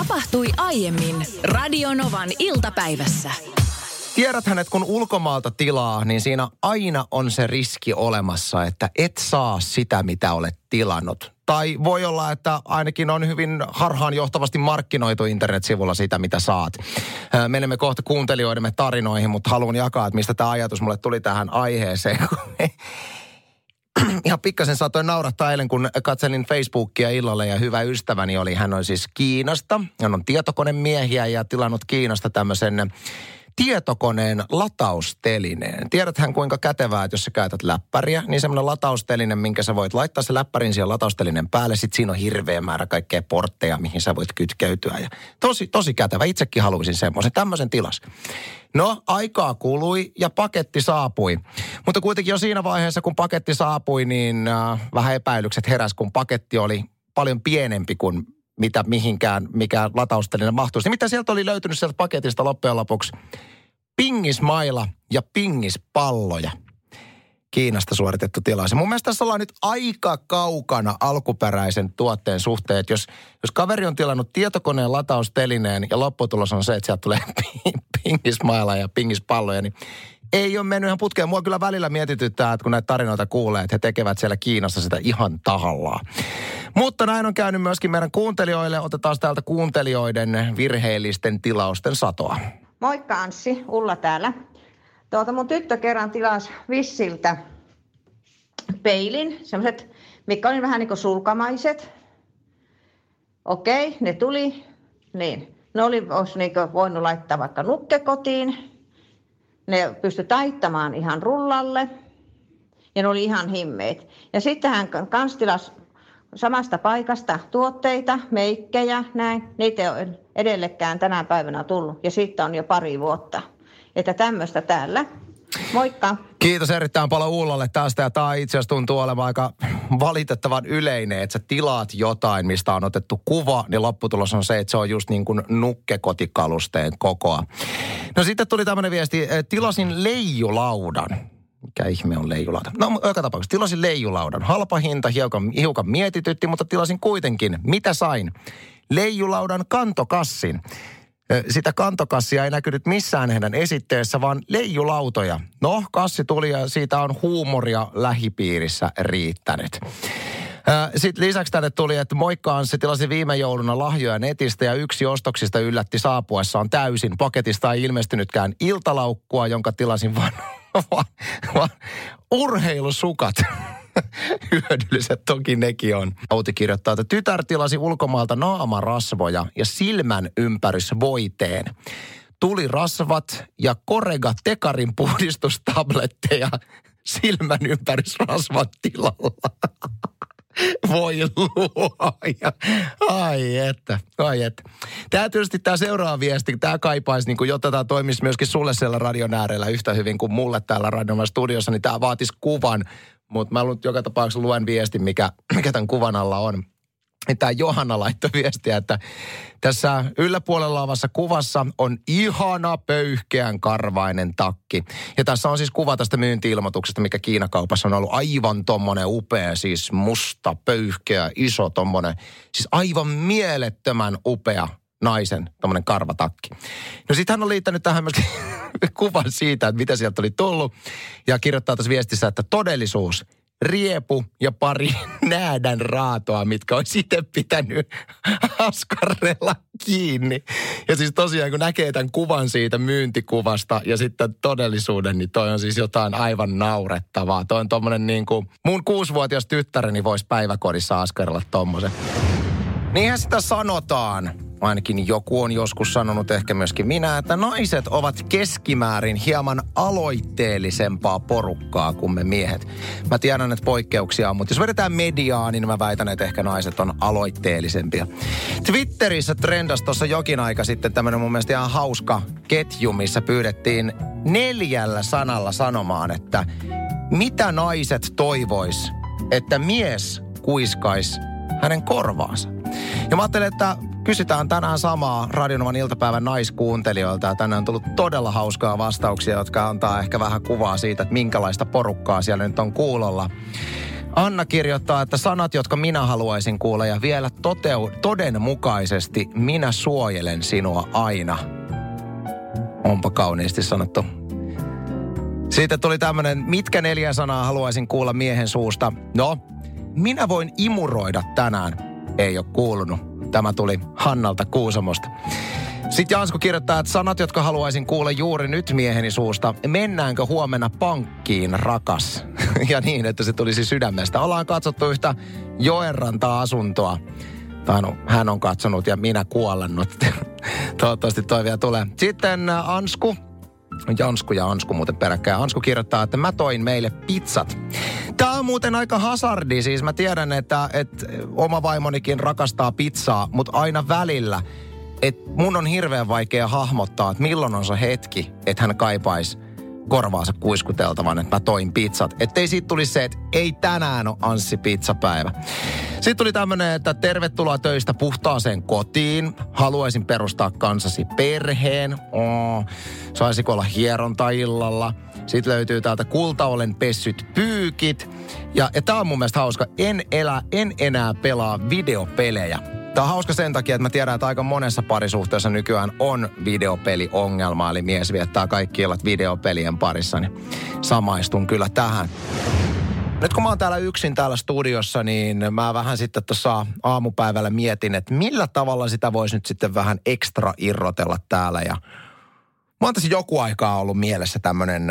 tapahtui aiemmin Radionovan iltapäivässä. Tiedäthän, että kun ulkomaalta tilaa, niin siinä aina on se riski olemassa, että et saa sitä, mitä olet tilannut. Tai voi olla, että ainakin on hyvin harhaanjohtavasti markkinoitu internetsivulla sitä, mitä saat. Menemme kohta kuuntelijoidemme tarinoihin, mutta haluan jakaa, että mistä tämä ajatus mulle tuli tähän aiheeseen. Ihan pikkasen saatoin naurattaa eilen, kun katselin Facebookia illalle ja hyvä ystäväni oli, hän on siis Kiinasta. Hän on tietokonemiehiä ja tilannut Kiinasta tämmöisen tietokoneen lataustelineen. Tiedäthän kuinka kätevää, että jos sä käytät läppäriä, niin semmoinen latausteline, minkä sä voit laittaa se läppärin siihen lataustelineen päälle. Sitten siinä on hirveä määrä kaikkea portteja, mihin sä voit kytkeytyä. Ja tosi kätevä. Itsekin haluaisin semmoisen. Tämmöisen tilas. No, aikaa kului ja paketti saapui. Mutta kuitenkin jo siinä vaiheessa, kun paketti saapui, niin vähän epäilykset heräsi, kun paketti oli paljon pienempi kuin mikä latausteline mahtuisi. Mitä sieltä oli löytynyt sieltä paketista loppujen lopuksi? Pingismaila ja pingispalloja. Kiinasta suoritettu tilaus. Mun mielestä tässä ollaan nyt aika kaukana alkuperäisen tuotteen suhteen. Että jos kaveri on tilannut tietokoneen lataustelineen ja lopputulos on se, että sieltä tulee pingismaila ja pingispalloja, niin ei ole mennyt ihan putkeen. Mua kyllä välillä mietityttää, että kun näitä tarinoita kuulee, että he tekevät siellä Kiinassa sitä ihan tahallaan. Mutta näin on käynyt myöskin meidän kuuntelijoille. Otetaan täältä kuuntelijoiden virheellisten tilausten satoa. Moikka Anssi, Ulla täällä. Mun tyttö kerran tilasi Vissiltä peilin, semmoiset, mitkä oli vähän niin kuin sulkamaiset. Okei, ne tuli, niin. Ne olisi niin kuin voinut laittaa vaikka nukkekotiin. Ne pystyi taittamaan ihan rullalle ja ne oli ihan himmeet. Ja sitten hän kans tilasi samasta paikasta tuotteita, meikkejä, näin. Niitä ei ole edellekään tänä päivänä tullut ja siitä on jo pari vuotta. Että tämmöistä täällä. Moikka. Kiitos erittäin paljon Ullalle tästä. Ja tämä itse asiassa tuntuu olevan aika valitettavan yleinen, että sä tilaat jotain, mistä on otettu kuva, niin lopputulos on se, että se on just niin kuin nukkekotikalusteen kokoa. No sitten tuli tämmöinen viesti, tilasin leijulaudan. Mikä ihme on leijulauda? No joka tapauksessa tilasin leijulaudan. Halpa hinta hiukan mietitytti, mutta tilasin kuitenkin. Mitä sain? Leijulaudan kantokassin. Sitä kantokassia ei näkynyt missään heidän esitteessä, vaan leijulautoja. No, kassi tuli ja siitä on huumoria lähipiirissä riittänyt. Sitten lisäksi tänne tuli, että moikkaan, se tilasi viime jouluna lahjoja netistä ja yksi ostoksista yllätti saapuessaan täysin. Paketista ei ilmestynytkään iltalaukkua, jonka tilasin vaan urheilusukat. Hyödylliset toki nekin on. Outi kirjoittaa, että tytär tilasi ulkomaalta naamarasvoja ja silmän ympärysvoiteen. Tuli rasvat ja Corega Tekarin puhdistustabletteja silmän ympärysrasvat tilalla. Voi luoja. Ai että. Tämä tietysti tämä seuraava viesti, tämä kaipaisi, niin kuin jotta tämä toimisi myöskin sulle siellä radion äärellä yhtä hyvin kuin mulle täällä radion studiossa, niin tämä vaatisi kuvan. Mutta mä joka tapauksessa luen viestin, mikä tämän kuvan alla on. Tämä Johanna laittoi viestiä, että tässä yläpuolella olevassa kuvassa on ihana pöyhkeän karvainen takki. Ja tässä on siis kuva tästä myynti-ilmoituksesta, mikä Kiinakaupassa on ollut aivan tommonen upea, siis musta, pöyhkeä, iso tommonen, siis aivan mielettömän upea naisen tommonen karvatakki. No sit hän on liittänyt tähän myöskin kuvan siitä, että mitä sieltä oli tullut. Ja kirjoittaa tässä viestissä, että todellisuus, riepu ja pari näädän raatoa, mitkä olisi itse pitänyt askarrella kiinni. Ja siis tosiaan, kun näkee tämän kuvan siitä myyntikuvasta ja sitten todellisuuden, niin toi on siis jotain aivan naurettavaa. Toi on tommonen niin kuin, mun 6-vuotias tyttäreni voisi päiväkodissa askarrella tommosen. Niinhän sitä sanotaan. Ainakin joku on joskus sanonut, ehkä myöskin minä, että naiset ovat keskimäärin hieman aloitteellisempaa porukkaa kuin me miehet. Mä tiedän, että poikkeuksia on, mutta jos vedetään mediaa, niin mä väitän, että ehkä naiset on aloitteellisempia. Twitterissä trendasi tuossa jokin aika sitten tämmöinen mun mielestä ihan hauska ketju, missä pyydettiin 4 sanalla sanomaan, että mitä naiset toivois, että mies kuiskaisi hänen korvaansa. Ja mä ajattelin, että kysytään tänään samaa Radionovan iltapäivän naiskuuntelijoilta. Ja tänään on tullut todella hauskaa vastauksia, jotka antaa ehkä vähän kuvaa siitä, että minkälaista porukkaa siellä nyt on kuulolla. Anna kirjoittaa, että sanat, jotka minä haluaisin kuulla ja vielä todenmukaisesti minä suojelen sinua aina. Onpa kauniisti sanottu. Siitä tuli tämmönen, mitkä 4 sanaa haluaisin kuulla miehen suusta. No, minä voin imuroida tänään. Ei ole kuulunut. Tämä tuli Hannalta Kuusamosta. Sitten Jansku kirjoittaa, että sanat, jotka haluaisin kuulla juuri nyt mieheni suusta. Mennäänkö huomenna pankkiin, rakas? Ja niin, että se tulisi sydämestä. Ollaan katsottu yhtä Joenrantaa-asuntoa. Tai no, hän on katsonut ja minä kuollannut. Toivottavasti toi vielä tulee. Sitten Ansku. Jansku ja Ansku muuten peräkkäin. Ansku kirjoittaa, että mä toin meille pizzat. Tää on muuten aika hazardi. Siis mä tiedän, että oma vaimonikin rakastaa pizzaa, mutta aina välillä. Että mun on hirveän vaikea hahmottaa, että milloin on se hetki, että hän kaipaisi korvaansa kuiskuteltavan, että mä toin pizzat. Ettei siitä tulisi se, että ei tänään ole Anssi pizzapäivä. Sitten tuli tämmönen, että tervetuloa töistä puhtaaseen kotiin. Haluaisin perustaa kanssasi perheen. Saisiko olla hierontaillalla? Sitten löytyy täältä kulta olen pessyt pyykit. Ja tää on mun mielestä hauska. En enää pelaa videopelejä. Tämä on hauska sen takia, että mä tiedän, että aika monessa parisuhteessa nykyään on videopeliongelma, eli mies viettää kaikki illat videopelien parissa, niin samaistun kyllä tähän. Nyt kun mä oon täällä yksin täällä studiossa, niin mä vähän sitten tuossa aamupäivällä mietin, että millä tavalla sitä voisi nyt sitten vähän ekstra irrotella täällä. Ja mä oon tässä joku aikaa ollut mielessä tämmönen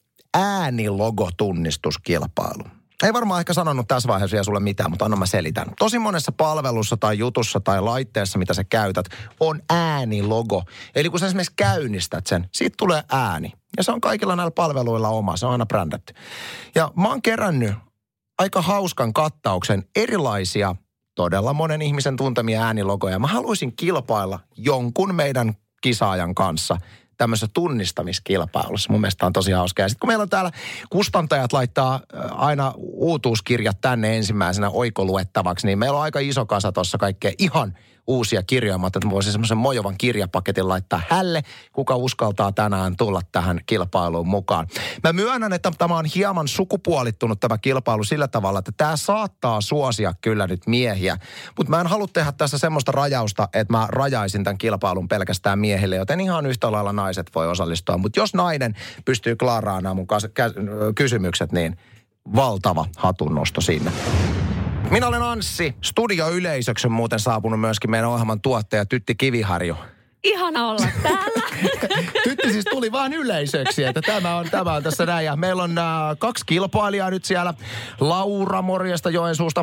äänilogotunnistuskilpailu. Ei varmaan ehkä sanonut tässä vaiheessa vielä sulle mitään, mutta anna mä selitän. Tosi monessa palvelussa tai jutussa tai laitteessa, mitä sä käytät, on äänilogo. Eli kun sä esimerkiksi käynnistät sen, siitä tulee ääni. Ja se on kaikilla näillä palveluilla oma, se on aina brändätty. Ja mä oon kerännyt aika hauskan kattauksen erilaisia, todella monen ihmisen tuntemia äänilogoja. Mä haluaisin kilpailla jonkun meidän kisaajan kanssa tämmöisessä tunnistamiskilpailussa. Mun mielestä on tosi hauskaa. Ja sitten kun meillä on täällä kustantajat laittaa aina uutuuskirjat tänne ensimmäisenä oikoluettavaksi, niin meillä on aika iso kasa tuossa kaikkea ihan uusia kirjoja. Mä että voisin semmoisen mojovan kirjapaketin laittaa hälle, kuka uskaltaa tänään tulla tähän kilpailuun mukaan. Mä myönnän, että tämä on hieman sukupuolittunut tämä kilpailu sillä tavalla, että tämä saattaa suosia kyllä nyt miehiä. Mutta mä en halua tehdä tässä semmoista rajausta, että mä rajaisin tämän kilpailun pelkästään miehille, joten ihan yhtä lailla naiset voi osallistua. Mutta jos nainen pystyy klaaraamaan nämä mun kysymykset, niin valtava hatunnosto sinne. Minä olen Anssi. Studioyleisöksi on muuten saapunut myöskin meidän ohjelman tuottaja Tytti Kiviharju. Ihana olla täällä. Tytti siis tuli vaan yleisöksi, että tämä on tässä näin. Ja meillä on 2 kilpailijaa nyt siellä. Laura, morjesta Joensuusta.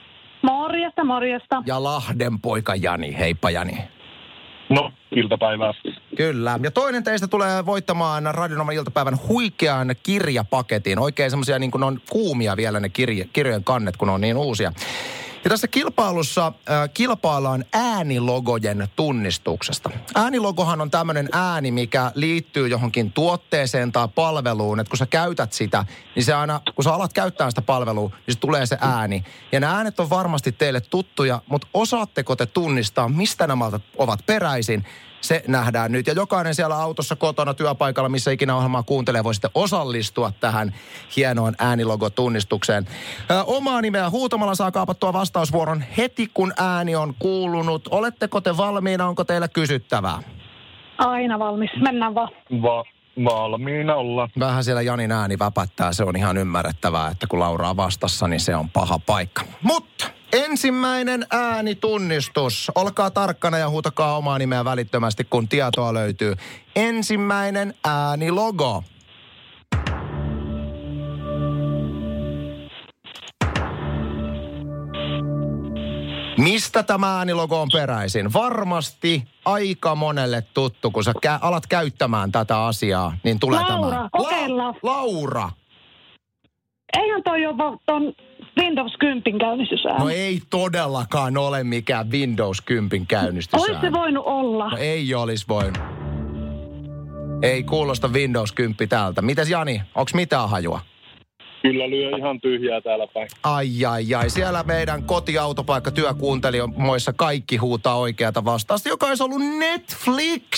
Morjesta. Ja Lahden poika Jani. Heippa Jani. No, iltapäivää. Kyllä. Ja toinen teistä tulee voittamaan Radio Novan iltapäivän huikean kirjapaketin. Oikein semmoisia niin kuin on kuumia vielä ne kirjojen kannet, kun on niin uusia. Ja tässä kilpailussa kilpaillaan äänilogojen tunnistuksesta. Äänilogohan on tämmöinen ääni, mikä liittyy johonkin tuotteeseen tai palveluun. Että kun sä käytät sitä, niin se aina, kun sä alat käyttää sitä palvelua, niin se tulee se ääni. Ja nämä äänet on varmasti teille tuttuja, mutta osaatteko te tunnistaa, mistä nämä ovat peräisin? Se nähdään nyt. Ja jokainen siellä autossa, kotona, työpaikalla, missä ikinä ohjelmaa kuuntelee, voi sitten osallistua tähän hienoon äänilogotunnistukseen. Omaa nimeä huutamalla saa kaapattua vastausvuoron heti, kun ääni on kuulunut. Oletteko te valmiina? Onko teillä kysyttävää? Aina valmis. Mennään vaan. Valmiina olla. Vähän siellä Janin ääni väpättää. Se on ihan ymmärrettävää, että kun Laura on vastassa, niin se on paha paikka. Mutta ensimmäinen äänitunnistus. Olkaa tarkkana ja huutakaa omaa nimeä välittömästi, kun tietoa löytyy. Ensimmäinen äänilogo. Mistä tämä äänilogo on peräisin? Varmasti aika monelle tuttu, kun sä alat käyttämään tätä asiaa, niin tulee Laura, tämä. kokeillaan. Laura. Eihän toi ole ton Windows 10 käynnistysääni. No ei todellakaan ole mikään Windows 10 käynnistysääni. Olisi se voinut olla. No ei olisi voinut. Ei kuulosta Windows 10 täältä. Mites Jani, onks mitään hajua? Kyllä lyö ihan tyhjää täällä päin. Ai. Siellä meidän kotiautopaikka työkuuntelijoissa kaikki huutaa oikeata vastausta, joka olisi ollut Netflix.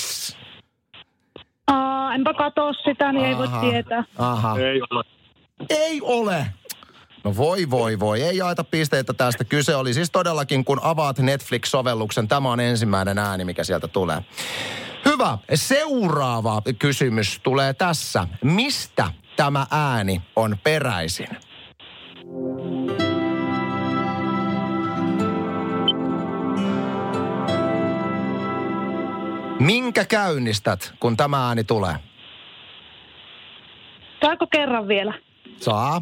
Enpä katso sitä, niin ei voi tietää. Aha. Ei ole. Ei ole. No voi. Ei jaeta pisteitä tästä. Kyse oli siis todellakin, kun avaat Netflix-sovelluksen. Tämä on ensimmäinen ääni, mikä sieltä tulee. Hyvä. Seuraava kysymys tulee tässä. Mistä tämä ääni on peräisin? Minkä käynnistät, kun tämä ääni tulee? Saako kerran vielä? Saa.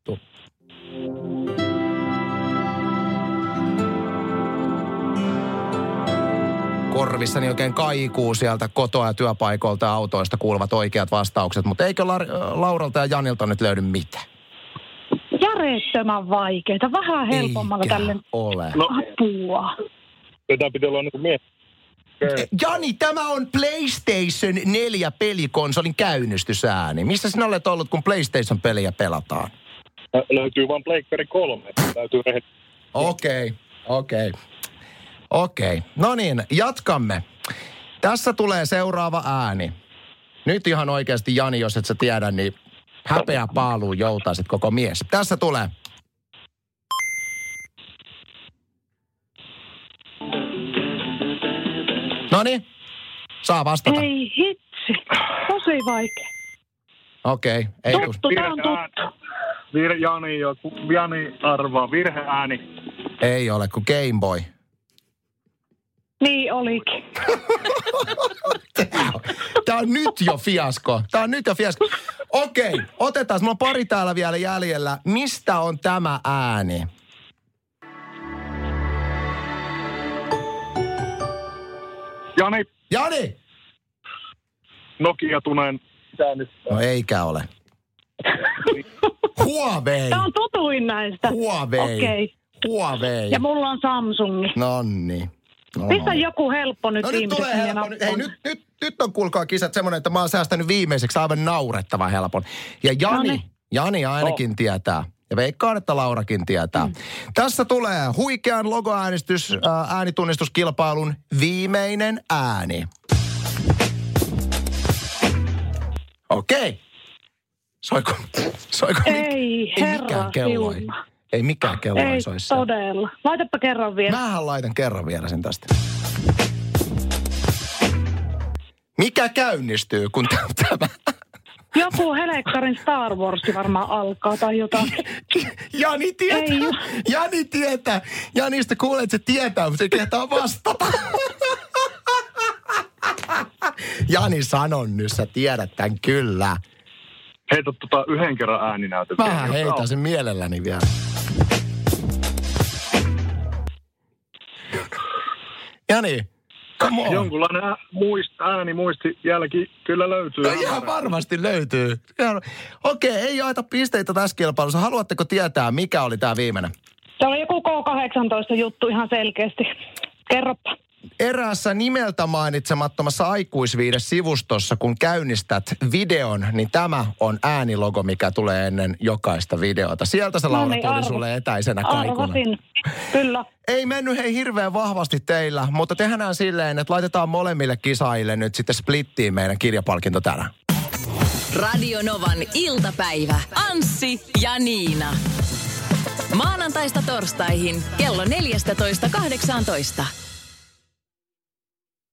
Korvissani oikein kaikuu sieltä kotoa ja työpaikolta ja autoista kuuluvat oikeat vastaukset, mutta eikö Lauralta ja Janilta nyt löydy mitään? Järjettömän vaikeita. Vähän helpommalla tälle. Ole. No, Apua. tätä pitää olla niin mies. Jani, tämä on PlayStation 4 pelikonsolin käynnistysääni. Missä sinä olet ollut, kun PlayStation-peliä pelataan? Löytyy vaan Pleikkari 3. Täytyy Okei. No niin, jatkamme. Tässä tulee seuraava ääni. Nyt ihan oikeasti, Jani, jos et sä tiedä, niin häpeä paaluun joutaisit koko mies. Tässä tulee. Noniin, saa vastata. Ei hitsi. Tosi vaikea. Okei. Ei Tuttu, tää on tuttu. Jani arvaa virheääni. Ei ole kuin Game Boy. Niin olikin. Tää on nyt jo fiasko. Okei, otetaan. Mulla on pari täällä vielä jäljellä. Mistä on tämä ääni? Jani! Nokia Tuneen käynnistää. No eikä ole. Huawei. Tää on tutuin näistä. Huawei. Okei. Huawei. Ja mulla on Samsungi. Nonni. Pistä joku helppo nyt No nyt viimeiseksi. tulee helppo. Hei, nyt on kuulkaa kisat semmoinen, että mä oon säästänyt viimeiseksi aivan naurettavan helpon. Ja Jani ainakin tietää. Ja veikkaan, että Laurakin tietää. Tässä tulee huikean äänitunnistuskilpailun viimeinen ääni. Okei. Soiko? Ei herra siunaa. Ei mikään kello ei soisi. Todella. Laitapa kerran vielä. Mähän laitan kerran vielä sen tästä. Mikä käynnistyy, kun tämä... Joku Helekkarin Star Wars varmaan alkaa tai jotakin. Jani tietää. Jani tietää. Janista kuulee, että se tietää, mutta se kehtaa vastata. Jani, sanon nyt, sä tiedät tämän kyllä. Heitä yhden kerran ääninäytön. Mä heitän sen mielelläni vielä. Jani, come on. Jonkunlainen äänimuistijälki kyllä löytyy. No ihan varmasti löytyy. Okei, ei jaeta pisteitä tässä kilpailussa. Haluatteko tietää, mikä oli tämä viimeinen? Se oli joku K18 juttu ihan selkeästi. Kerropa. Eräässä nimeltä mainitsemattomassa aikuisviide-sivustossa, kun käynnistät videon, niin tämä on äänilogo, mikä tulee ennen jokaista videota. Sieltä se, Laura, tuli sulle etäisenä kaikuna. Arvasin, kyllä. Ei mennyt hirveän vahvasti teillä, mutta tehdään silleen, että laitetaan molemmille kisaajille nyt sitten splittiin meidän kirjapalkinto tänään. Radio Novan iltapäivä. Anssi ja Niina. Maanantaista torstaihin kello 14.18.